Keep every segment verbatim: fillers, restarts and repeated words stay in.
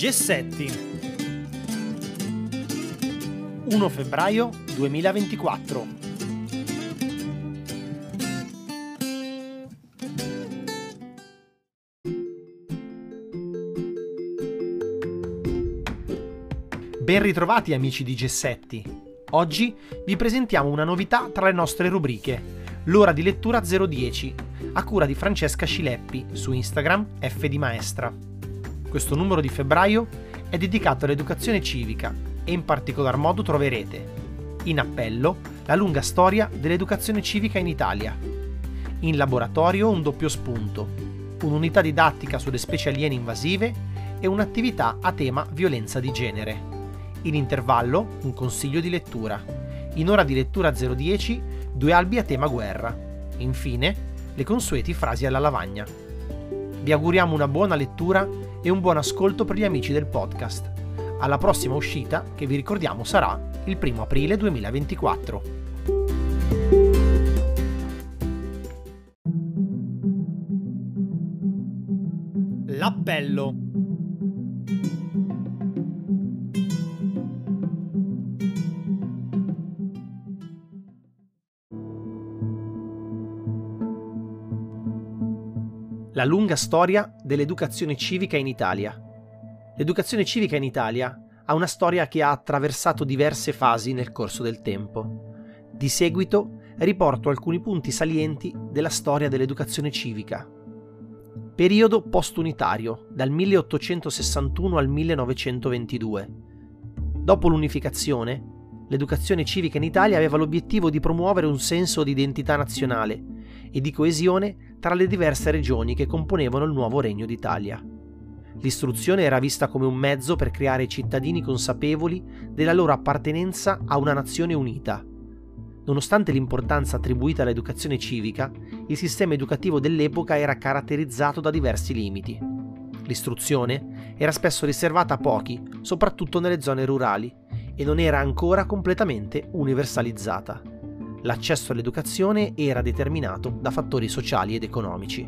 Gessetti. primo febbraio duemilaventiquattro. Ben ritrovati amici di Gessetti. Oggi vi presentiamo una novità tra le nostre rubriche, l'ora di lettura zero dieci, a cura di Francesca Scileppi, su Instagram F di Maestra. Questo numero di febbraio è dedicato all'educazione civica e in particolar modo troverete in appello la lunga storia dell'educazione civica in Italia, in laboratorio un doppio spunto, un'unità didattica sulle specie aliene invasive e un'attività a tema violenza di genere, in intervallo un consiglio di lettura, in ora di lettura zero dieci due albi a tema guerra, infine le consueti frasi alla lavagna. Vi auguriamo una buona lettura e un buon ascolto per gli amici del podcast. Alla prossima uscita, che vi ricordiamo sarà il primo aprile duemilaventiquattro. L'appello. La lunga storia dell'educazione civica in Italia. L'educazione civica in Italia ha una storia che ha attraversato diverse fasi nel corso del tempo. Di seguito riporto alcuni punti salienti della storia dell'educazione civica. Periodo post-unitario, dal milleottocentosessantuno al millenovecentoventidue. Dopo l'unificazione, l'educazione civica in Italia aveva l'obiettivo di promuovere un senso di identità nazionale e di coesione tra le diverse regioni che componevano il nuovo Regno d'Italia. L'istruzione era vista come un mezzo per creare cittadini consapevoli della loro appartenenza a una nazione unita. Nonostante l'importanza attribuita all'educazione civica, il sistema educativo dell'epoca era caratterizzato da diversi limiti. L'istruzione era spesso riservata a pochi, soprattutto nelle zone rurali, e non era ancora completamente universalizzata. L'accesso all'educazione era determinato da fattori sociali ed economici.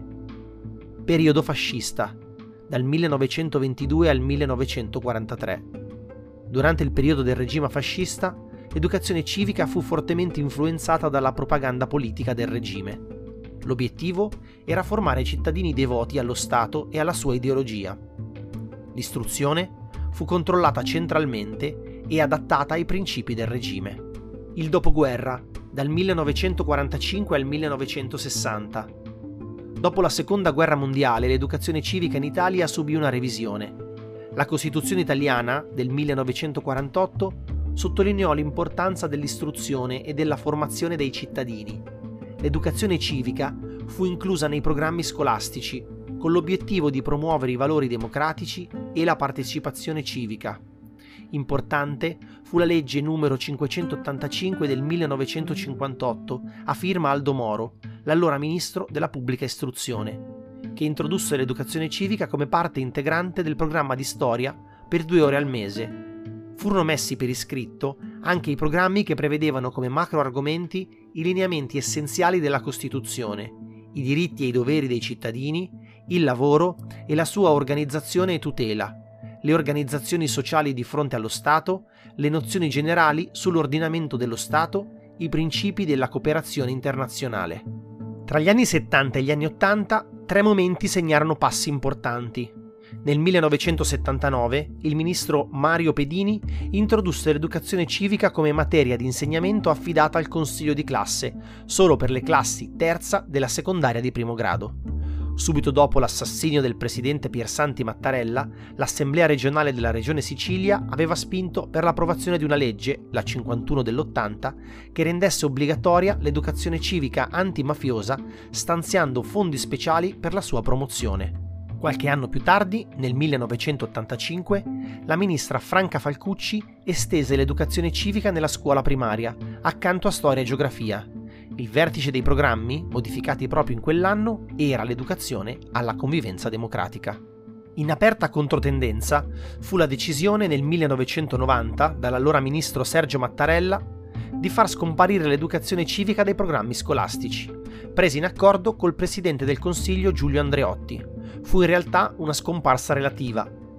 Periodo fascista, dal millenovecentoventidue al millenovecentoquarantatré. Durante il periodo del regime fascista, l'educazione civica fu fortemente influenzata dalla propaganda politica del regime. L'obiettivo era formare cittadini devoti allo Stato e alla sua ideologia. L'istruzione fu controllata centralmente e adattata ai principi del regime. Il dopoguerra, dal millenovecentoquarantacinque al millenovecentosessanta. Dopo la Seconda Guerra Mondiale, l'educazione civica in Italia subì una revisione. La Costituzione italiana del millenovecentoquarantotto sottolineò l'importanza dell'istruzione e della formazione dei cittadini. L'educazione civica fu inclusa nei programmi scolastici, con l'obiettivo di promuovere i valori democratici e la partecipazione civica. Importante fu la legge numero cinquecentottantacinque del millenovecentocinquantotto, a firma Aldo Moro, l'allora ministro della pubblica istruzione, che introdusse l'educazione civica come parte integrante del programma di storia per due ore al mese. Furono messi per iscritto anche i programmi che prevedevano come macro argomenti i lineamenti essenziali della Costituzione, i diritti e i doveri dei cittadini, il lavoro e la sua organizzazione e tutela, le organizzazioni sociali di fronte allo Stato, le nozioni generali sull'ordinamento dello Stato, i principi della cooperazione internazionale. Tra gli anni settanta e gli anni ottanta, tre momenti segnarono passi importanti. Nel millenovecentosettantanove, il ministro Mario Pedini introdusse l'educazione civica come materia di insegnamento affidata al consiglio di classe, solo per le classi terza della secondaria di primo grado. Subito dopo l'assassinio del presidente Piersanti Mattarella, l'Assemblea regionale della Regione Sicilia aveva spinto per l'approvazione di una legge, la cinquantuno dell'ottanta, che rendesse obbligatoria l'educazione civica antimafiosa, stanziando fondi speciali per la sua promozione. Qualche anno più tardi, nel millenovecentottantacinque, la ministra Franca Falcucci estese l'educazione civica nella scuola primaria, accanto a storia e geografia. Il vertice dei programmi, modificati proprio in quell'anno, era l'educazione alla convivenza democratica. In aperta controtendenza fu la decisione nel millenovecentonovanta dall'allora ministro Sergio Mattarella di far scomparire l'educazione civica dai programmi scolastici, presa in accordo col presidente del Consiglio Giulio Andreotti. Fu in realtà una scomparsa relativa,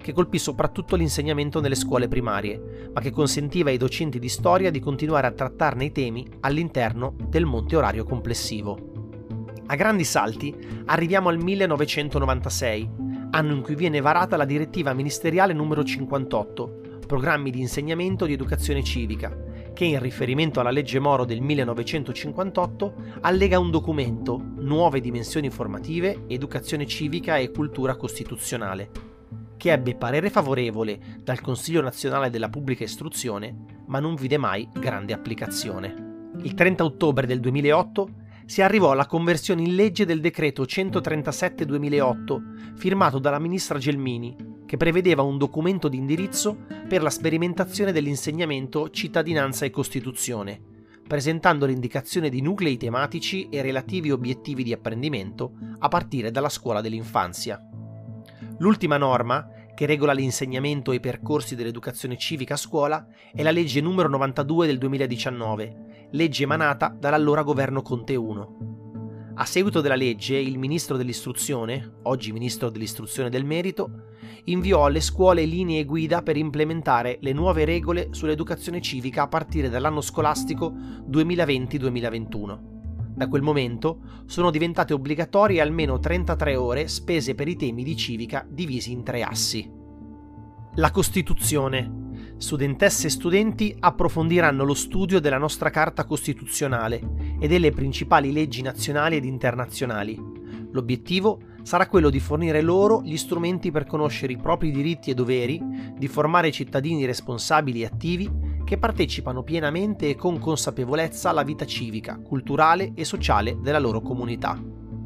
che colpì soprattutto l'insegnamento nelle scuole primarie, ma che consentiva ai docenti di storia di continuare a trattarne i temi all'interno del monte orario complessivo. A grandi salti arriviamo al millenovecentonovantasei, anno in cui viene varata la direttiva ministeriale numero cinquantotto, Programmi di insegnamento di educazione civica, che in riferimento alla legge Moro del millenovecentocinquantotto allega un documento, Nuove dimensioni formative, educazione civica e cultura costituzionale, che ebbe parere favorevole dal Consiglio nazionale della pubblica istruzione, ma non vide mai grande applicazione. Il trenta ottobre del duemilaotto si arrivò alla conversione in legge del decreto centotrentasette duemilaotto, firmato dalla ministra Gelmini, che prevedeva un documento di indirizzo per la sperimentazione dell'insegnamento cittadinanza e Costituzione, presentando l'indicazione di nuclei tematici e relativi obiettivi di apprendimento a partire dalla scuola dell'infanzia. L'ultima norma, che regola l'insegnamento e i percorsi dell'educazione civica a scuola, è la legge numero novantadue del duemiladiciannove, legge emanata dall'allora governo Conte uno. A seguito della legge, il ministro dell'istruzione, oggi ministro dell'istruzione e del merito, inviò alle scuole linee guida per implementare le nuove regole sull'educazione civica a partire dall'anno scolastico duemilaventi duemilaventuno. Da quel momento sono diventate obbligatorie almeno trentatré ore spese per i temi di civica divisi in tre assi. La Costituzione. Studentesse e studenti approfondiranno lo studio della nostra Carta Costituzionale e delle principali leggi nazionali ed internazionali. L'obiettivo sarà quello di fornire loro gli strumenti per conoscere i propri diritti e doveri, di formare cittadini responsabili e attivi che partecipano pienamente e con consapevolezza alla vita civica, culturale e sociale della loro comunità.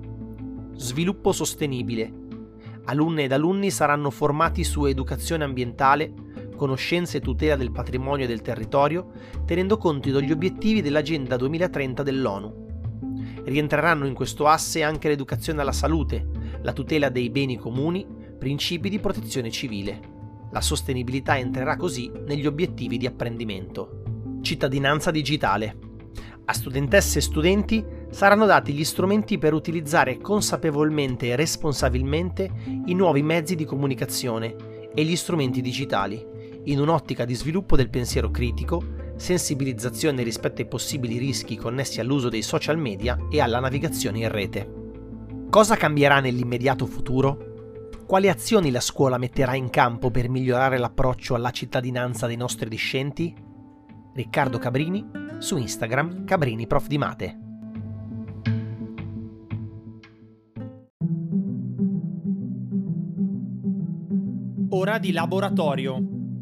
Sviluppo sostenibile. Alunne ed alunni saranno formati su educazione ambientale, conoscenza e tutela del patrimonio e del territorio, tenendo conto degli obiettivi dell'Agenda duemilatrenta dell'ONU. Rientreranno in questo asse anche l'educazione alla salute, la tutela dei beni comuni, principi di protezione civile. La sostenibilità entrerà così negli obiettivi di apprendimento. Cittadinanza digitale. A studentesse e studenti saranno dati gli strumenti per utilizzare consapevolmente e responsabilmente i nuovi mezzi di comunicazione e gli strumenti digitali, in un'ottica di sviluppo del pensiero critico, sensibilizzazione rispetto ai possibili rischi connessi all'uso dei social media e alla navigazione in rete. Cosa cambierà nell'immediato futuro? Quali azioni la scuola metterà in campo per migliorare l'approccio alla cittadinanza dei nostri discenti? Riccardo Cabrini, su Instagram Cabrini Prof di Mate. Ora di laboratorio.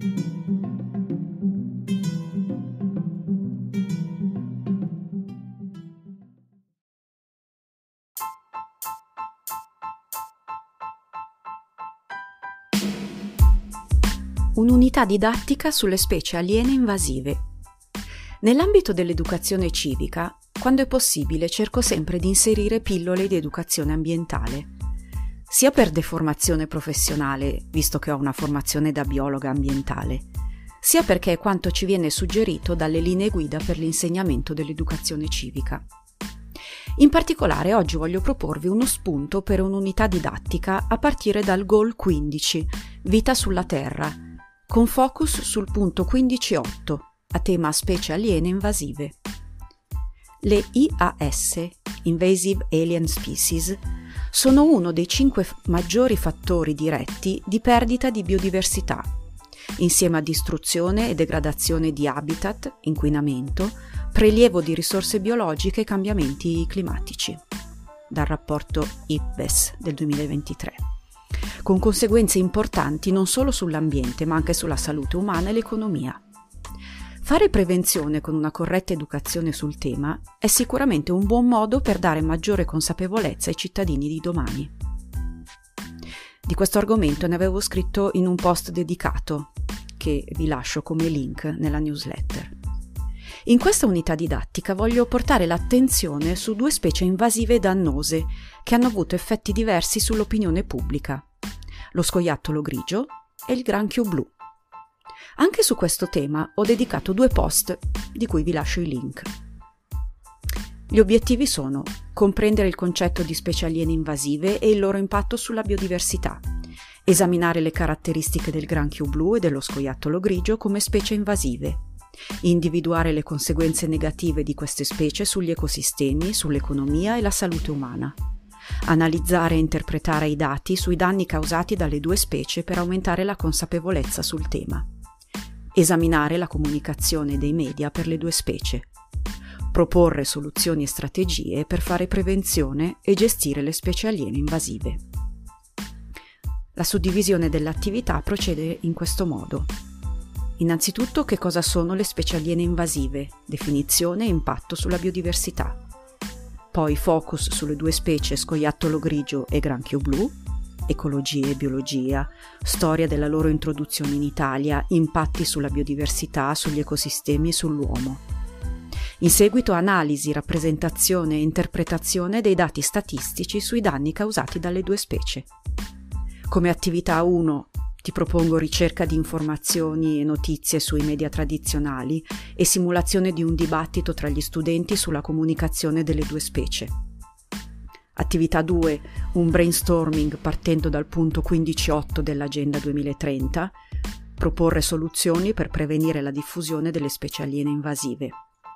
Un'unità didattica sulle specie aliene invasive. Nell'ambito dell'educazione civica, quando è possibile, cerco sempre di inserire pillole di educazione ambientale, sia per deformazione professionale, visto che ho una formazione da biologa ambientale, sia perché è quanto ci viene suggerito dalle linee guida per l'insegnamento dell'educazione civica. In particolare oggi voglio proporvi uno spunto per un'unità didattica a partire dal Goal quindici, Vita sulla Terra, con focus sul punto quindici punto otto, a tema specie aliene invasive. Le I A S, Invasive Alien Species, sono uno dei cinque maggiori fattori diretti di perdita di biodiversità, insieme a distruzione e degradazione di habitat, inquinamento, prelievo di risorse biologiche e cambiamenti climatici, dal rapporto I P B E S del duemilaventitré, con conseguenze importanti non solo sull'ambiente ma anche sulla salute umana e l'economia. Fare prevenzione con una corretta educazione sul tema è sicuramente un buon modo per dare maggiore consapevolezza ai cittadini di domani. Di questo argomento ne avevo scritto in un post dedicato, che vi lascio come link nella newsletter. In questa unità didattica voglio portare l'attenzione su due specie invasive e dannose che hanno avuto effetti diversi sull'opinione pubblica: lo scoiattolo grigio e il granchio blu. Anche su questo tema ho dedicato due post di cui vi lascio i link. Gli obiettivi sono comprendere il concetto di specie aliene invasive e il loro impatto sulla biodiversità Esaminare le caratteristiche del granchio blu e dello scoiattolo grigio come specie invasive. Individuare le conseguenze negative di queste specie sugli ecosistemi, sull'economia e la salute umana. Analizzare e interpretare i dati sui danni causati dalle due specie per aumentare la consapevolezza sul tema. Esaminare la comunicazione dei media per le due specie. Proporre soluzioni e strategie per fare prevenzione e gestire le specie aliene invasive. La suddivisione dell'attività procede in questo modo. Innanzitutto, che cosa sono le specie aliene invasive, definizione e impatto sulla biodiversità. Poi focus sulle due specie scoiattolo grigio e granchio blu, ecologia e biologia, storia della loro introduzione in Italia, impatti sulla biodiversità, sugli ecosistemi e sull'uomo. In seguito analisi, rappresentazione e interpretazione dei dati statistici sui danni causati dalle due specie. Come attività uno ti propongo ricerca di informazioni e notizie sui media tradizionali e simulazione di un dibattito tra gli studenti sulla comunicazione delle due specie. Attività due, un brainstorming partendo dal punto quindici punto otto dell'Agenda duemilatrenta, proporre soluzioni per prevenire la diffusione delle specie aliene invasive.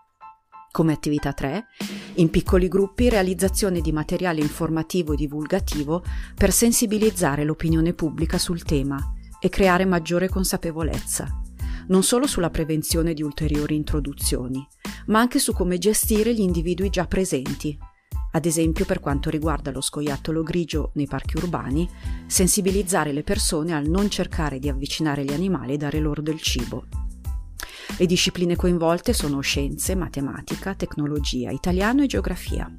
Come attività tre, in piccoli gruppi realizzazione di materiale informativo e divulgativo per sensibilizzare l'opinione pubblica sul tema e creare maggiore consapevolezza, non solo sulla prevenzione di ulteriori introduzioni, ma anche su come gestire gli individui già presenti. Ad esempio, per quanto riguarda lo scoiattolo grigio nei parchi urbani, sensibilizzare le persone al non cercare di avvicinare gli animali e dare loro del cibo. Le discipline coinvolte sono scienze, matematica, tecnologia, italiano e geografia.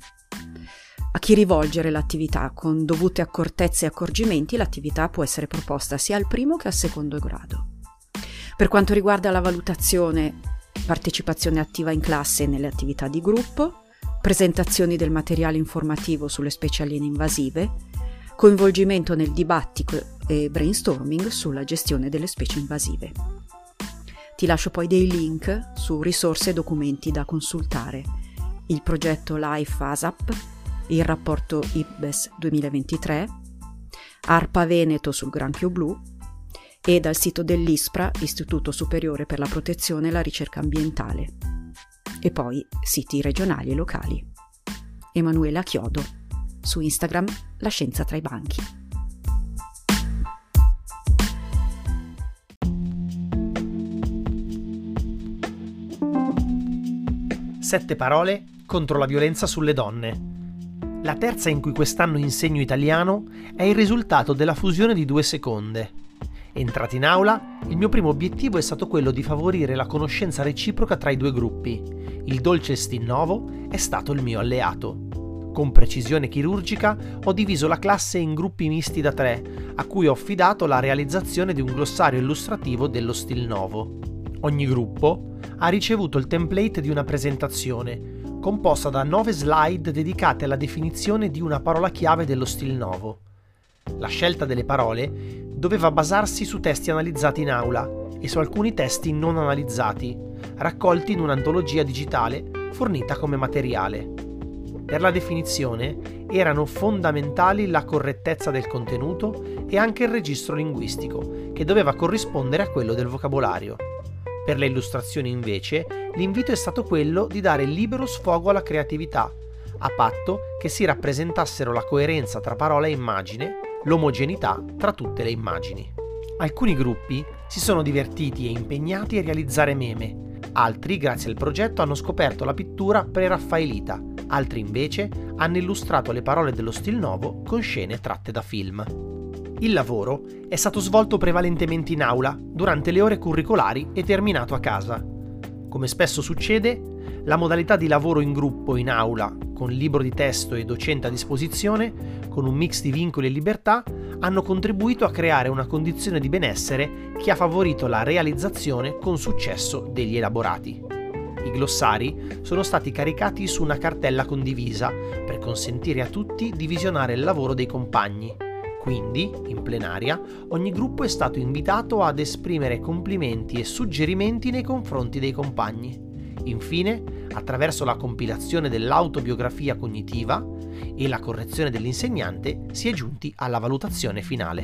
A chi rivolgere l'attività con dovute accortezze e accorgimenti, l'attività può essere proposta sia al primo che al secondo grado. Per quanto riguarda la valutazione, partecipazione attiva in classe e nelle attività di gruppo, presentazioni del materiale informativo sulle specie aliene invasive, coinvolgimento nel dibattito e brainstorming sulla gestione delle specie invasive. Ti lascio poi dei link su risorse e documenti da consultare: il progetto Life ASAP, il rapporto I P B E S duemilaventitré, ARPA Veneto sul granchio blu e dal sito dell'ISPRA, Istituto Superiore per la Protezione e la Ricerca Ambientale, e poi siti regionali e locali. Emanuela Chiodo, su Instagram La Scienza tra i Banchi. Sette parole contro la violenza sulle donne. La terza in cui quest'anno insegno italiano è il risultato della fusione di due seconde. Entrati in aula, il mio primo obiettivo è stato quello di favorire la conoscenza reciproca tra i due gruppi. Il dolce Stinnovo è stato il mio alleato. Con precisione chirurgica ho diviso la classe in gruppi misti da tre, a cui ho affidato la realizzazione di un glossario illustrativo dello Stilnovo. Ogni gruppo ha ricevuto il template di una presentazione, composta da nove slide dedicate alla definizione di una parola chiave dello Stilnovo. La scelta delle parole doveva basarsi su testi analizzati in aula e su alcuni testi non analizzati, raccolti in un'antologia digitale fornita come materiale. Per la definizione erano fondamentali la correttezza del contenuto e anche il registro linguistico, che doveva corrispondere a quello del vocabolario. Per le illustrazioni invece l'invito è stato quello di dare libero sfogo alla creatività, a patto che si rappresentassero la coerenza tra parola e immagine, l'omogeneità tra tutte le immagini. Alcuni gruppi si sono divertiti e impegnati a realizzare meme, altri grazie al progetto hanno scoperto la pittura preraffaelita, altri invece hanno illustrato le parole dello Stilnovo con scene tratte da film. Il lavoro è stato svolto prevalentemente in aula, durante le ore curricolari e terminato a casa. Come spesso succede, la modalità di lavoro in gruppo in aula, con libro di testo e docente a disposizione, con un mix di vincoli e libertà, hanno contribuito a creare una condizione di benessere che ha favorito la realizzazione con successo degli elaborati. I glossari sono stati caricati su una cartella condivisa per consentire a tutti di visionare il lavoro dei compagni. Quindi, in plenaria, ogni gruppo è stato invitato ad esprimere complimenti e suggerimenti nei confronti dei compagni. Infine, attraverso la compilazione dell'autobiografia cognitiva e la correzione dell'insegnante, si è giunti alla valutazione finale.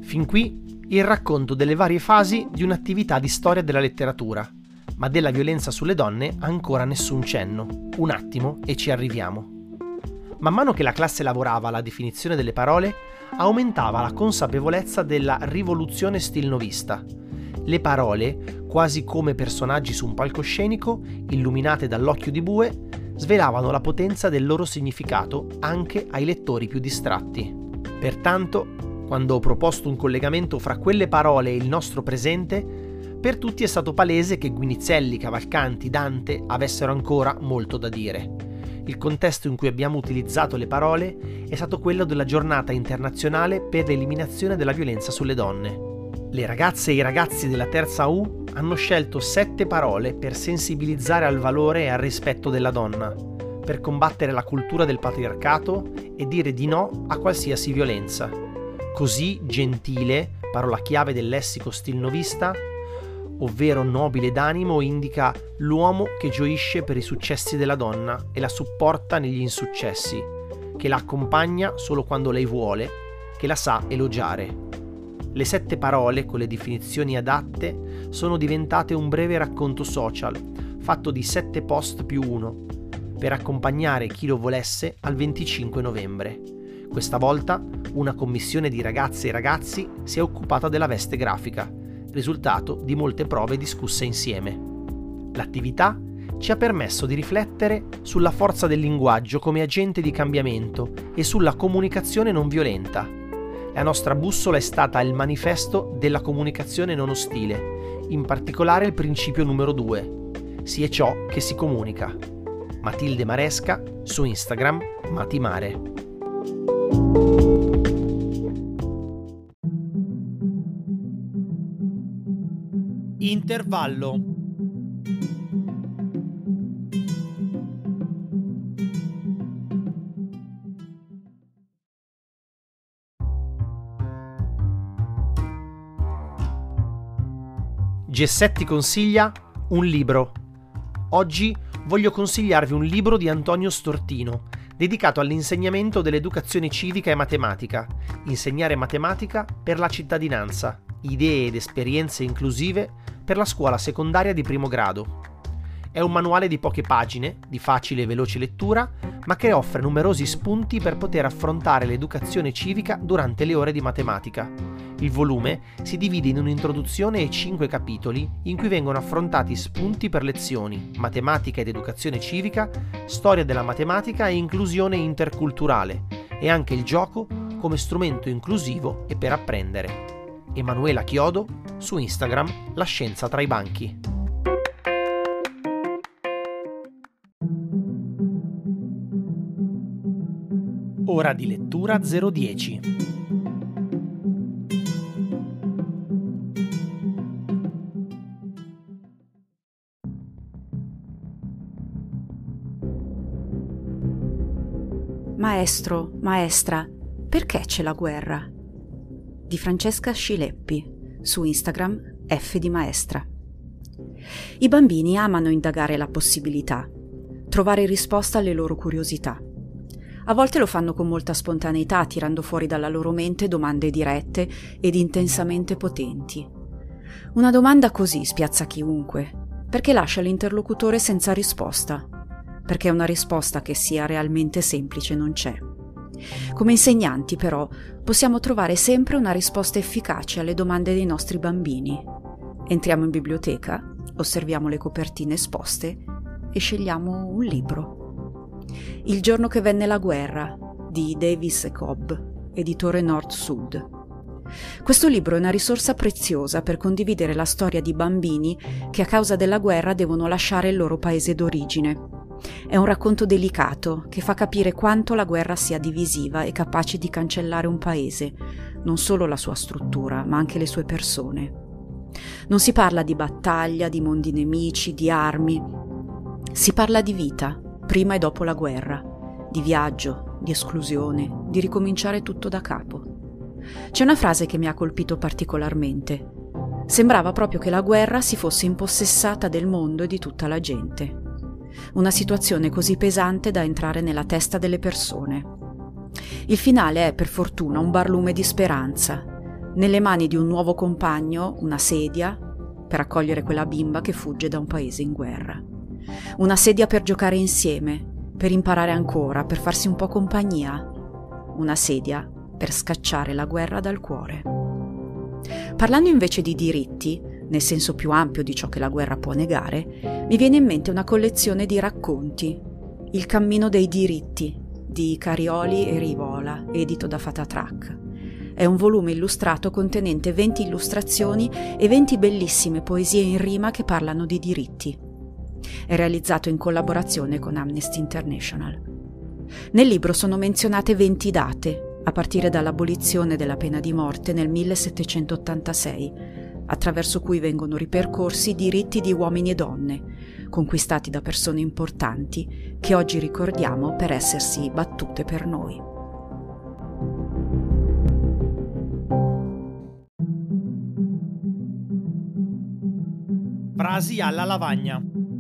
Fin qui il racconto delle varie fasi di un'attività di storia della letteratura, ma della violenza sulle donne ancora nessun cenno. Un attimo e ci arriviamo. Man mano che la classe lavorava alla definizione delle parole, aumentava la consapevolezza della rivoluzione stilnovista. Le parole, quasi come personaggi su un palcoscenico, illuminate dall'occhio di bue, svelavano la potenza del loro significato anche ai lettori più distratti. Pertanto, quando ho proposto un collegamento fra quelle parole e il nostro presente, per tutti è stato palese che Guinizelli, Cavalcanti, Dante avessero ancora molto da dire. Il contesto in cui abbiamo utilizzato le parole è stato quello della giornata internazionale per l'eliminazione della violenza sulle donne. Le ragazze e i ragazzi della terza U hanno scelto sette parole per sensibilizzare al valore e al rispetto della donna, per combattere la cultura del patriarcato e dire di no a qualsiasi violenza. Così gentile, parola chiave del lessico stilnovista, ovvero nobile d'animo, indica l'uomo che gioisce per i successi della donna e la supporta negli insuccessi, che la accompagna solo quando lei vuole, che la sa elogiare. Le sette parole, con le definizioni adatte, sono diventate un breve racconto social, fatto di sette post più uno, per accompagnare chi lo volesse al venticinque novembre. Questa volta una commissione di ragazze e ragazzi si è occupata della veste grafica, risultato di molte prove discusse insieme. L'attività ci ha permesso di riflettere sulla forza del linguaggio come agente di cambiamento e sulla comunicazione non violenta. La nostra bussola è stata il manifesto della comunicazione non ostile, in particolare il principio numero due, si è ciò che si comunica. Matilde Maresca, su Instagram, Matimare. Intervallo. Gessetti consiglia un libro. Oggi voglio consigliarvi un libro di Antonio Stortino, dedicato all'insegnamento dell'educazione civica e matematica, Insegnare matematica per la cittadinanza, idee ed esperienze inclusive per la scuola secondaria di primo grado. È un manuale di poche pagine, di facile e veloce lettura, ma che offre numerosi spunti per poter affrontare l'educazione civica durante le ore di matematica. Il volume si divide in un'introduzione e cinque capitoli in cui vengono affrontati spunti per lezioni, matematica ed educazione civica, storia della matematica e inclusione interculturale, e anche il gioco come strumento inclusivo e per apprendere. Emanuela Chiodo, su Instagram, La Scienza tra i Banchi. Ora di lettura zero dieci. Maestro, maestra, perché c'è la guerra? Di Francesca Scileppi, su Instagram F di Maestra. I bambini amano indagare la possibilità, trovare risposta alle loro curiosità. A volte lo fanno con molta spontaneità, tirando fuori dalla loro mente domande dirette ed intensamente potenti. Una domanda così spiazza chiunque, perché lascia l'interlocutore senza risposta, perché una risposta che sia realmente semplice non c'è. Come insegnanti, però, possiamo trovare sempre una risposta efficace alle domande dei nostri bambini. Entriamo in biblioteca, osserviamo le copertine esposte e scegliamo un libro. Il giorno che venne la guerra, di Davis e Cobb, editore Nord-Sud. Questo libro è una risorsa preziosa per condividere la storia di bambini che a causa della guerra devono lasciare il loro paese d'origine. È un racconto delicato che fa capire quanto la guerra sia divisiva e capace di cancellare un paese, non solo la sua struttura, ma anche le sue persone. Non si parla di battaglia, di mondi nemici, di armi. Si parla di vita, prima e dopo la guerra, di viaggio, di esclusione, di ricominciare tutto da capo. C'è una frase che mi ha colpito particolarmente. Sembrava proprio che la guerra si fosse impossessata del mondo e di tutta la gente. Una situazione così pesante da entrare nella testa delle persone. Il finale è, per fortuna, un barlume di speranza, nelle mani di un nuovo compagno una sedia per accogliere quella bimba che fugge da un paese in guerra. Una sedia per giocare insieme, per imparare ancora, per farsi un po' compagnia. Una sedia per scacciare la guerra dal cuore. Parlando invece di diritti, nel senso più ampio di ciò che la guerra può negare, mi viene in mente una collezione di racconti, Il cammino dei diritti, di Carioli e Rivola, edito da Fatatrac. È un volume illustrato contenente venti illustrazioni e venti bellissime poesie in rima che parlano di diritti. È realizzato in collaborazione con Amnesty International. Nel libro sono menzionate venti date, a partire dall'abolizione della pena di morte nel millesettecentottantasei, attraverso cui vengono ripercorsi i diritti di uomini e donne, conquistati da persone importanti che oggi ricordiamo per essersi battute per noi. Frasi alla lavagna.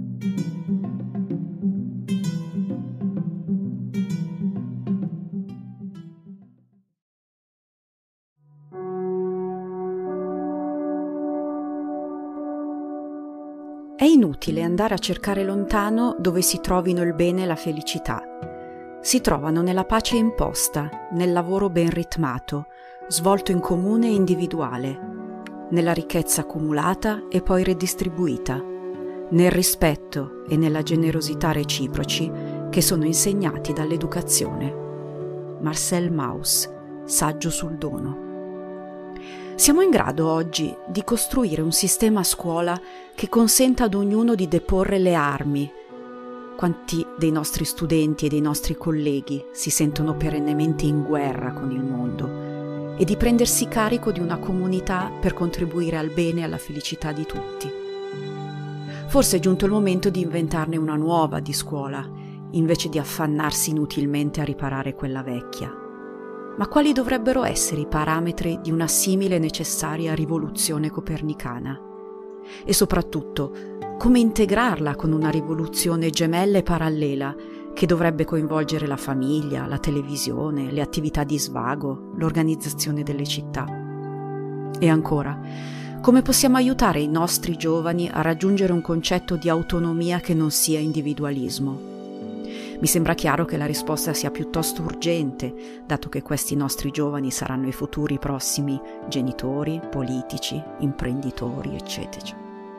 È inutile andare a cercare lontano dove si trovino il bene e la felicità. Si trovano nella pace imposta, nel lavoro ben ritmato, svolto in comune e individuale, nella ricchezza accumulata e poi redistribuita, nel rispetto e nella generosità reciproci che sono insegnati dall'educazione. Marcel Mauss, Saggio sul dono. Siamo in grado oggi di costruire un sistema a scuola che consenta ad ognuno di deporre le armi. Quanti dei nostri studenti e dei nostri colleghi si sentono perennemente in guerra con il mondo e di prendersi carico di una comunità per contribuire al bene e alla felicità di tutti. Forse è giunto il momento di inventarne una nuova di scuola, invece di affannarsi inutilmente a riparare quella vecchia. Ma quali dovrebbero essere i parametri di una simile necessaria rivoluzione copernicana? E soprattutto, come integrarla con una rivoluzione gemella e parallela che dovrebbe coinvolgere la famiglia, la televisione, le attività di svago, l'organizzazione delle città? E ancora, come possiamo aiutare i nostri giovani a raggiungere un concetto di autonomia che non sia individualismo? Mi sembra chiaro che la risposta sia piuttosto urgente, dato che questi nostri giovani saranno i futuri prossimi genitori, politici, imprenditori, eccetera.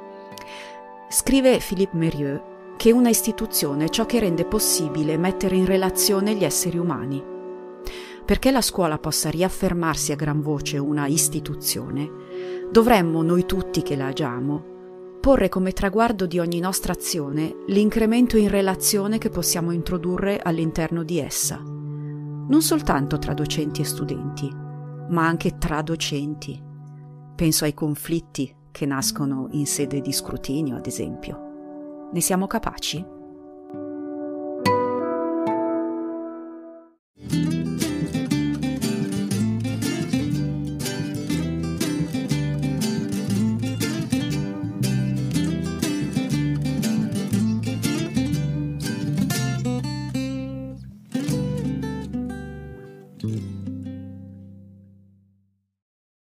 Scrive Philippe Mérieux che una istituzione è ciò che rende possibile mettere in relazione gli esseri umani. Perché la scuola possa riaffermarsi a gran voce una istituzione, dovremmo, noi tutti che la agiamo, porre come traguardo di ogni nostra azione l'incremento in relazione che possiamo introdurre all'interno di essa, non soltanto tra docenti e studenti, ma anche tra docenti. Penso ai conflitti che nascono in sede di scrutinio, ad esempio. Ne siamo capaci?